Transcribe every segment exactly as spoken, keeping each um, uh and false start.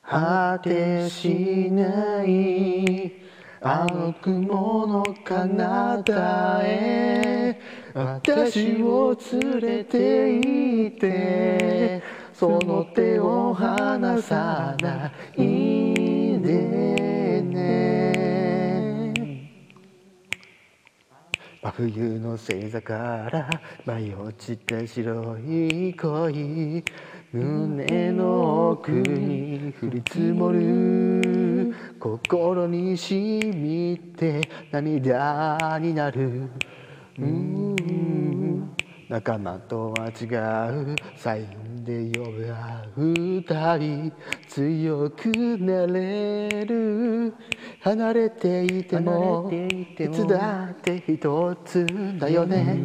果てしないあの雲の彼方へ私を連れて行ってその手を離さないでね。真冬の星座から舞い落ちた白い恋胸の奥に降り積もる心に染みて涙になる、うん仲間とは違うサインで呼ぶ合う二人強くなれる離れていてもいつだって一つだよね、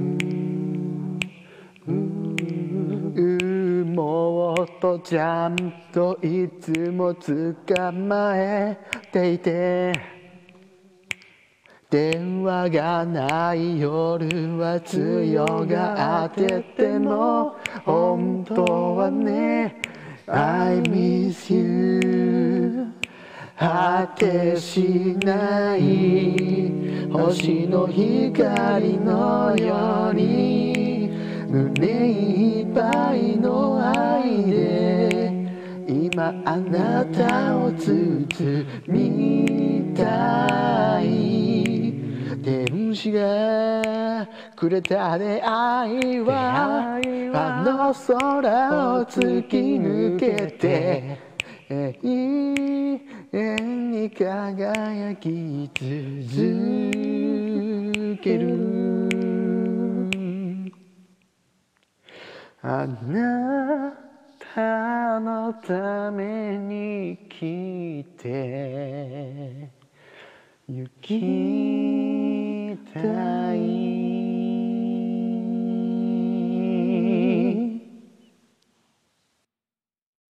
もっとちゃんといつも捕まえていて電話がない夜は強がってても本当はね I miss you 果てしない星の光のように胸いっぱいの愛で今あなたを包みたい天使がくれた出会いはあの空を突き抜けて永遠に輝き続けるあなたのために来て雪